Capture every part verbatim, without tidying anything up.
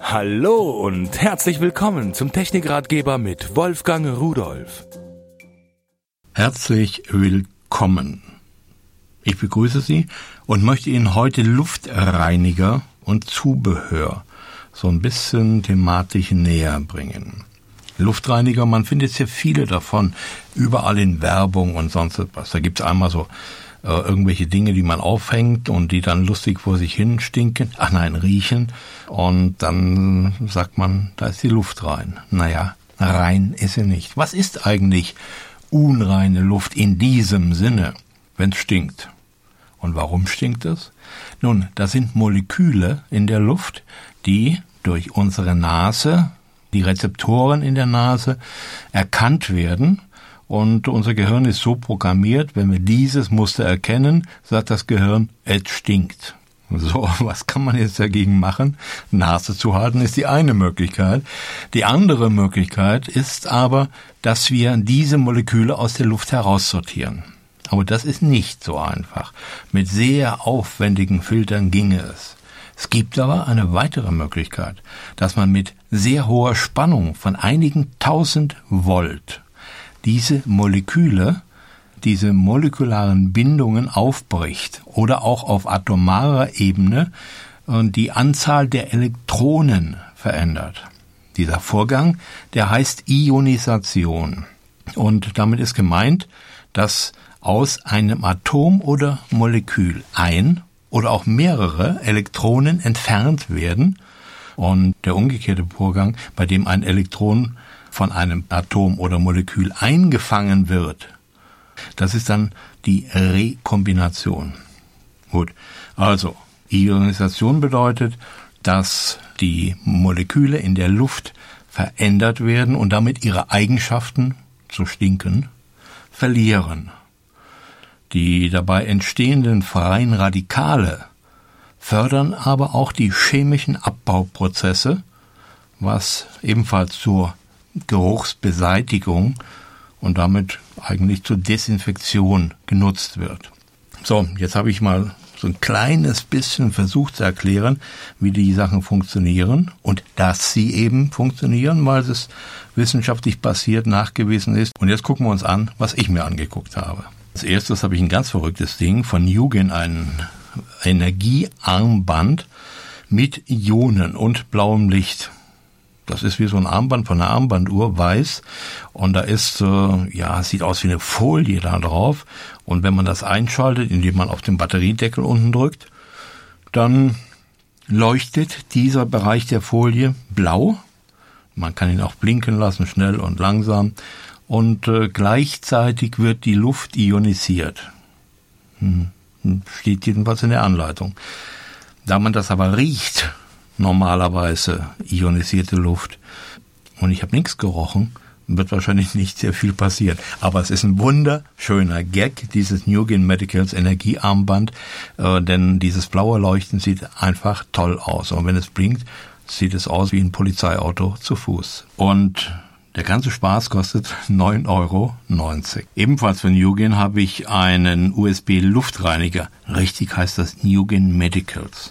Hallo und herzlich willkommen zum Technikratgeber mit Wolfgang Rudolph. Herzlich willkommen. Ich begrüße Sie und möchte Ihnen heute Luftreiniger und Zubehör so ein bisschen thematisch näher bringen. Luftreiniger, man findet sehr viele davon, überall in Werbung und sonst etwas. Da gibt's einmal so äh, irgendwelche Dinge, die man aufhängt und die dann lustig vor sich hin stinken, ach nein, riechen, und dann sagt man, da ist die Luft rein. Naja, rein ist sie nicht. Was ist eigentlich unreine Luft in diesem Sinne, wenn es stinkt? Und warum stinkt es? Nun, das sind Moleküle in der Luft, die durch unsere Nase, die Rezeptoren in der Nase, erkannt werden. Und unser Gehirn ist so programmiert, wenn wir dieses Muster erkennen, sagt das Gehirn, es stinkt. So, was kann man jetzt dagegen machen? Nase zu halten ist die eine Möglichkeit. Die andere Möglichkeit ist aber, dass wir diese Moleküle aus der Luft heraussortieren. Aber das ist nicht so einfach. Mit sehr aufwendigen Filtern ginge es. Es gibt aber eine weitere Möglichkeit, dass man mit sehr hoher Spannung von einigen tausend Volt diese Moleküle, diese molekularen Bindungen aufbricht oder auch auf atomarer Ebene die Anzahl der Elektronen verändert. Dieser Vorgang, der heißt Ionisation. Und damit ist gemeint, dass aus einem Atom oder Molekül ein oder auch mehrere Elektronen entfernt werden. Und der umgekehrte Vorgang, bei dem ein Elektron von einem Atom oder Molekül eingefangen wird, das ist dann die Rekombination. Gut, also Ionisation bedeutet, dass die Moleküle in der Luft verändert werden und damit ihre Eigenschaften zu stinken verlieren. Die dabei entstehenden freien Radikale fördern aber auch die chemischen Abbauprozesse, was ebenfalls zur Geruchsbeseitigung und damit eigentlich zur Desinfektion genutzt wird. So, jetzt habe ich mal so ein kleines bisschen versucht zu erklären, wie die Sachen funktionieren und dass sie eben funktionieren, weil es wissenschaftlich basiert nachgewiesen ist. Und jetzt gucken wir uns an, was ich mir angeguckt habe. Als erstes habe ich ein ganz verrücktes Ding von Nugent, ein Energiearmband mit Ionen und blauem Licht. Das ist wie so ein Armband von einer Armbanduhr, weiß, und da ist, äh, ja, sieht aus wie eine Folie da drauf, und wenn man das einschaltet, indem man auf den Batteriedeckel unten drückt, dann leuchtet dieser Bereich der Folie blau. Man kann ihn auch blinken lassen, schnell und langsam, und äh, gleichzeitig wird die Luft ionisiert. Hm, steht jedenfalls in der Anleitung. Da man das aber riecht, normalerweise ionisierte Luft, und ich habe nichts gerochen, wird wahrscheinlich nicht sehr viel passieren. Aber es ist ein wunderschöner Gag, dieses Nugent Medicals Energiearmband, äh, denn dieses blaue Leuchten sieht einfach toll aus. Und wenn es blinkt, sieht es aus wie ein Polizeiauto zu Fuß. Und der ganze Spaß kostet neun Euro neunzig. Ebenfalls von Nugent habe ich einen U S B-Luftreiniger. Richtig heißt das Nugent Medicals.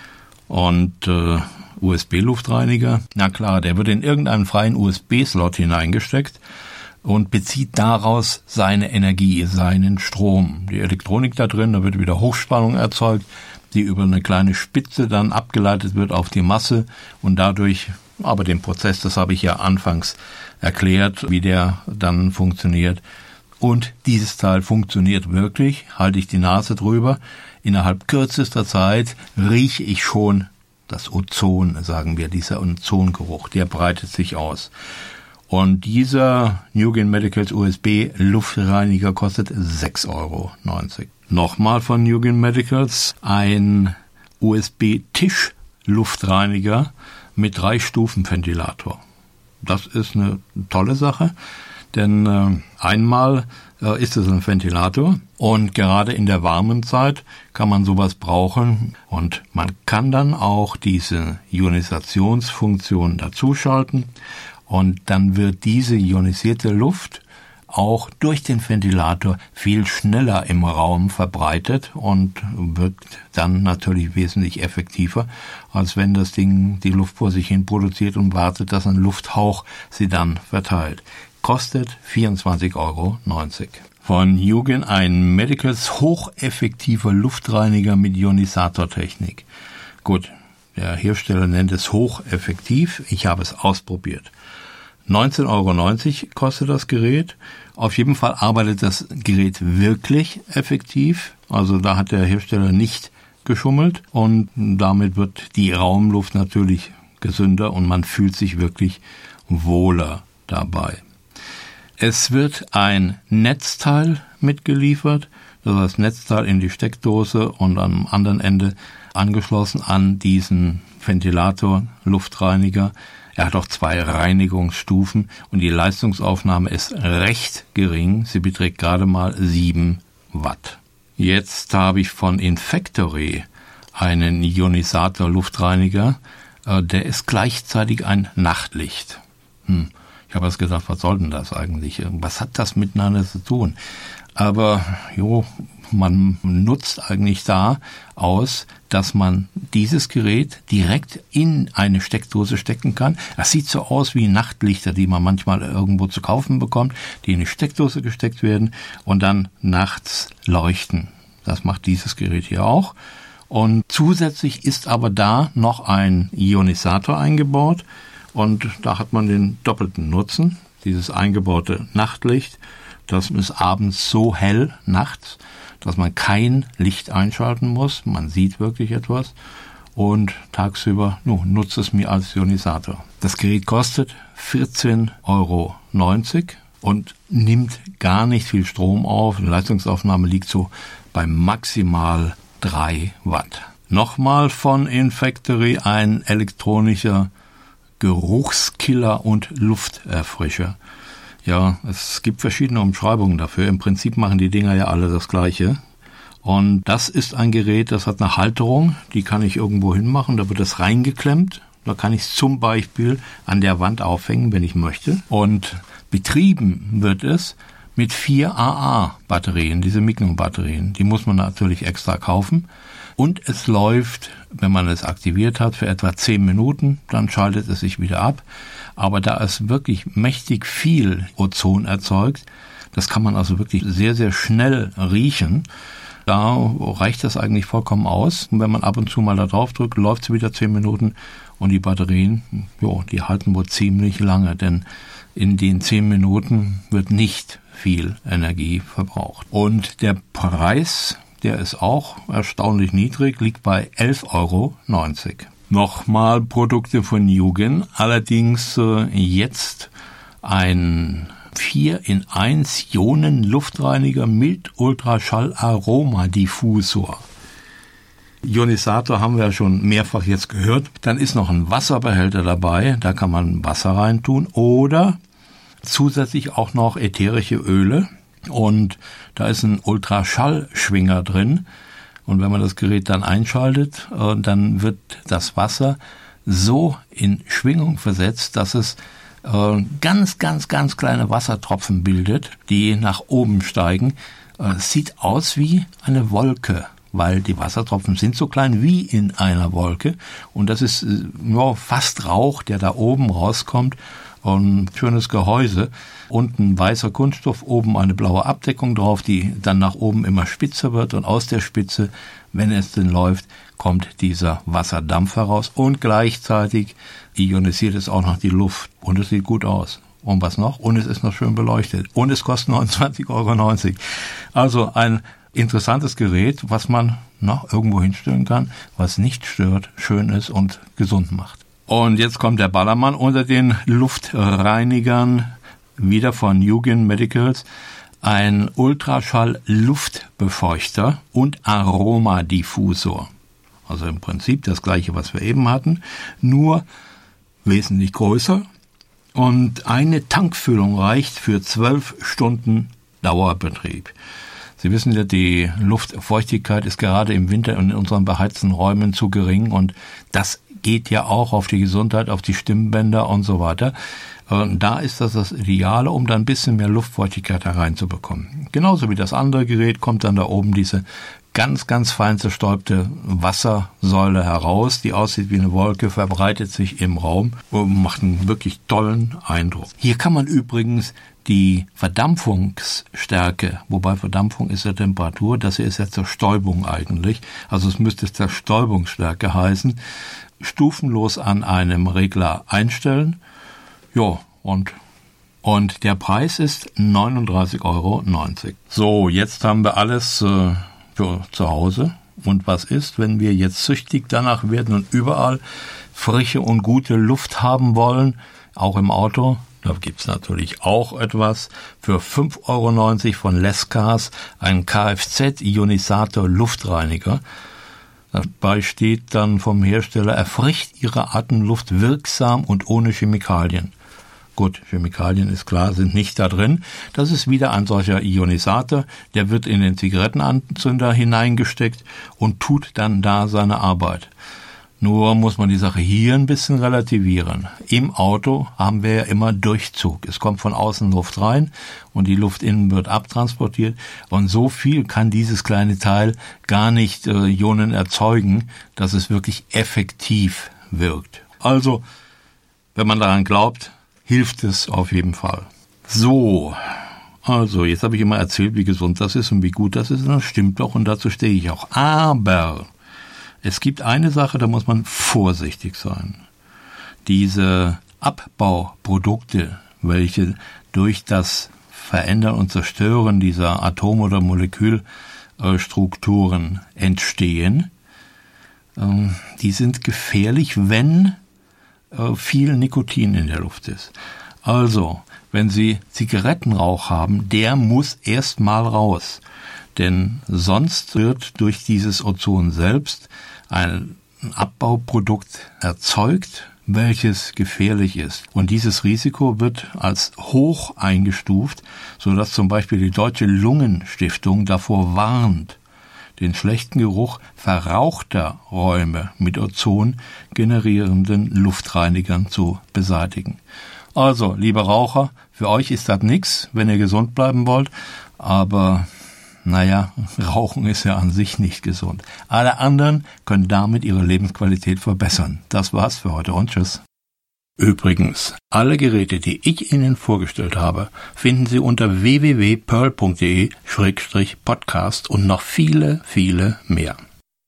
Und äh, U S B-Luftreiniger, na klar, der wird in irgendeinen freien U S B-Slot hineingesteckt und bezieht daraus seine Energie, seinen Strom. Die Elektronik da drin, da wird wieder Hochspannung erzeugt, die über eine kleine Spitze dann abgeleitet wird auf die Masse und dadurch, aber den Prozess, das habe ich ja anfangs erklärt, wie der dann funktioniert. Und dieses Teil funktioniert wirklich, halte ich die Nase drüber. Innerhalb kürzester Zeit rieche ich schon das Ozon, sagen wir, dieser Ozongeruch, der breitet sich aus. Und dieser Nugent Medicals U S B Luftreiniger kostet sechs Euro neunzig. Nochmal von Nugent Medicals ein U S B Tischluftreiniger mit drei Stufen Ventilator. Das ist eine tolle Sache, denn äh, einmal äh, ist es ein Ventilator und gerade in der warmen Zeit kann man sowas brauchen und man kann dann auch diese Ionisationsfunktion dazuschalten und dann wird diese ionisierte Luft auch durch den Ventilator viel schneller im Raum verbreitet und wirkt dann natürlich wesentlich effektiver, als wenn das Ding die Luft vor sich hin produziert und wartet, dass ein Lufthauch sie dann verteilt. Kostet vierundzwanzig Euro neunzig. Von Hugin ein Medicals hocheffektiver Luftreiniger mit Ionisatortechnik. Gut, der Hersteller nennt es hocheffektiv. Ich habe es ausprobiert. neunzehn Euro neunzig kostet das Gerät. Auf jeden Fall arbeitet das Gerät wirklich effektiv. Also da hat der Hersteller nicht geschummelt und damit wird die Raumluft natürlich gesünder und man fühlt sich wirklich wohler dabei. Es wird ein Netzteil mitgeliefert, das heißt Netzteil in die Steckdose und am anderen Ende angeschlossen an diesen Ventilator, Luftreiniger. Er hat auch zwei Reinigungsstufen und die Leistungsaufnahme ist recht gering. Sie beträgt gerade mal sieben Watt. Jetzt habe ich von Infactory einen Ionisator-Luftreiniger. Der ist gleichzeitig ein Nachtlicht. Hm. Ich habe jetzt gedacht, was soll denn das eigentlich? Was hat das miteinander zu tun? Aber jo, man nutzt eigentlich da aus, dass man dieses Gerät direkt in eine Steckdose stecken kann. Das sieht so aus wie Nachtlichter, die man manchmal irgendwo zu kaufen bekommt, die in eine Steckdose gesteckt werden und dann nachts leuchten. Das macht dieses Gerät hier auch. Und zusätzlich ist aber da noch ein Ionisator eingebaut. Und da hat man den doppelten Nutzen, dieses eingebaute Nachtlicht. Das ist abends so hell, nachts, dass man kein Licht einschalten muss. Man sieht wirklich etwas. Und tagsüber nu, nutzt es mir als Ionisator. Das Gerät kostet vierzehn Euro neunzig und nimmt gar nicht viel Strom auf. Die Leistungsaufnahme liegt so bei maximal drei Watt. Nochmal von Infactory ein elektronischer Geruchskiller und Lufterfrischer. Ja, es gibt verschiedene Umschreibungen dafür. Im Prinzip machen die Dinger ja alle das Gleiche. Und das ist ein Gerät, das hat eine Halterung, die kann ich irgendwo hinmachen, da wird das reingeklemmt. Da kann ich es zum Beispiel an der Wand aufhängen, wenn ich möchte. Und betrieben wird es mit vier A A-Batterien, diese Micron-Batterien. Die muss man natürlich extra kaufen. Und es läuft, wenn man es aktiviert hat, für etwa zehn Minuten, dann schaltet es sich wieder ab. Aber da es wirklich mächtig viel Ozon erzeugt, das kann man also wirklich sehr, sehr schnell riechen. Da reicht das eigentlich vollkommen aus. Und wenn man ab und zu mal da drauf drückt, läuft es wieder zehn Minuten und die Batterien, jo, die halten wohl ziemlich lange, denn in den zehn Minuten wird nicht viel Energie verbraucht. Und der Preis, der ist auch erstaunlich niedrig, liegt bei elf Euro neunzig. Nochmal Produkte von Hugin, allerdings äh, jetzt ein vier in eins Ionen-Luftreiniger mit Ultraschall-Aromadiffusor. Ionisator haben wir ja schon mehrfach jetzt gehört. Dann ist noch ein Wasserbehälter dabei, da kann man Wasser reintun oder zusätzlich auch noch ätherische Öle. Und da ist ein Ultraschallschwinger drin. Und wenn man das Gerät dann einschaltet, dann wird das Wasser so in Schwingung versetzt, dass es ganz, ganz, ganz kleine Wassertropfen bildet, die nach oben steigen. Es sieht aus wie eine Wolke, weil die Wassertropfen sind so klein wie in einer Wolke. Und das ist ja, fast Rauch, der da oben rauskommt. Ein schönes Gehäuse, unten weißer Kunststoff, oben eine blaue Abdeckung drauf, die dann nach oben immer spitzer wird und aus der Spitze, wenn es denn läuft, kommt dieser Wasserdampf heraus und gleichzeitig ionisiert es auch noch die Luft und es sieht gut aus. Und was noch? Und es ist noch schön beleuchtet und es kostet neunundzwanzig Euro neunzig. Also ein interessantes Gerät, was man noch irgendwo hinstellen kann, was nicht stört, schön ist und gesund macht. Und jetzt kommt der Ballermann unter den Luftreinigern, wieder von Hugin Medicals, ein Ultraschall-Luftbefeuchter und Aromadiffusor. Also im Prinzip das gleiche, was wir eben hatten, nur wesentlich größer. Und eine Tankfüllung reicht für zwölf Stunden Dauerbetrieb. Sie wissen ja, die Luftfeuchtigkeit ist gerade im Winter in unseren beheizten Räumen zu gering und das geht ja auch auf die Gesundheit, auf die Stimmbänder und so weiter. Und da ist das das Ideale, um da ein bisschen mehr Luftfeuchtigkeit hereinzubekommen. Genauso wie das andere Gerät kommt dann da oben diese ganz, ganz fein zerstäubte Wassersäule heraus, die aussieht wie eine Wolke, verbreitet sich im Raum und macht einen wirklich tollen Eindruck. Hier kann man übrigens die Verdampfungsstärke, wobei Verdampfung ist ja Temperatur, das hier ist ja Zerstäubung eigentlich, also es müsste Zerstäubungsstärke heißen, stufenlos an einem Regler einstellen. Ja, und und der Preis ist neununddreißig Euro neunzig. So, jetzt haben wir alles äh, für zu Hause. Und was ist, wenn wir jetzt süchtig danach werden und überall frische und gute Luft haben wollen, auch im Auto? Da gibt's natürlich auch etwas für fünf Euro neunzig von Lescars, ein Kfz-Ionisator-Luftreiniger. Dabei steht dann vom Hersteller, erfrischt Ihre Atemluft wirksam und ohne Chemikalien. Gut, Chemikalien ist klar, sind nicht da drin. Das ist wieder ein solcher Ionisator, der wird in den Zigarettenanzünder hineingesteckt und tut dann da seine Arbeit. Nur muss man die Sache hier ein bisschen relativieren. Im Auto haben wir ja immer Durchzug. Es kommt von außen Luft rein und die Luft innen wird abtransportiert. Und so viel kann dieses kleine Teil gar nicht äh, Ionen erzeugen, dass es wirklich effektiv wirkt. Also, wenn man daran glaubt, hilft es auf jeden Fall. So, also jetzt habe ich immer erzählt, wie gesund das ist und wie gut das ist. Und das stimmt doch und dazu stehe ich auch. Aber es gibt eine Sache, da muss man vorsichtig sein. Diese Abbauprodukte, welche durch das Verändern und Zerstören dieser Atom- oder Molekülstrukturen entstehen, die sind gefährlich, wenn viel Nikotin in der Luft ist. Also, wenn Sie Zigarettenrauch haben, der muss erst mal raus. Denn sonst wird durch dieses Ozon selbst ein Abbauprodukt erzeugt, welches gefährlich ist. Und dieses Risiko wird als hoch eingestuft, sodass zum Beispiel die Deutsche Lungenstiftung davor warnt, den schlechten Geruch verrauchter Räume mit Ozon generierenden Luftreinigern zu beseitigen. Also, liebe Raucher, für euch ist das nix, wenn ihr gesund bleiben wollt, aber naja, Rauchen ist ja an sich nicht gesund. Alle anderen können damit ihre Lebensqualität verbessern. Das war's für heute und tschüss. Übrigens, alle Geräte, die ich Ihnen vorgestellt habe, finden Sie unter w w w punkt pearl punkt d e Schrägstrich Podcast und noch viele, viele mehr.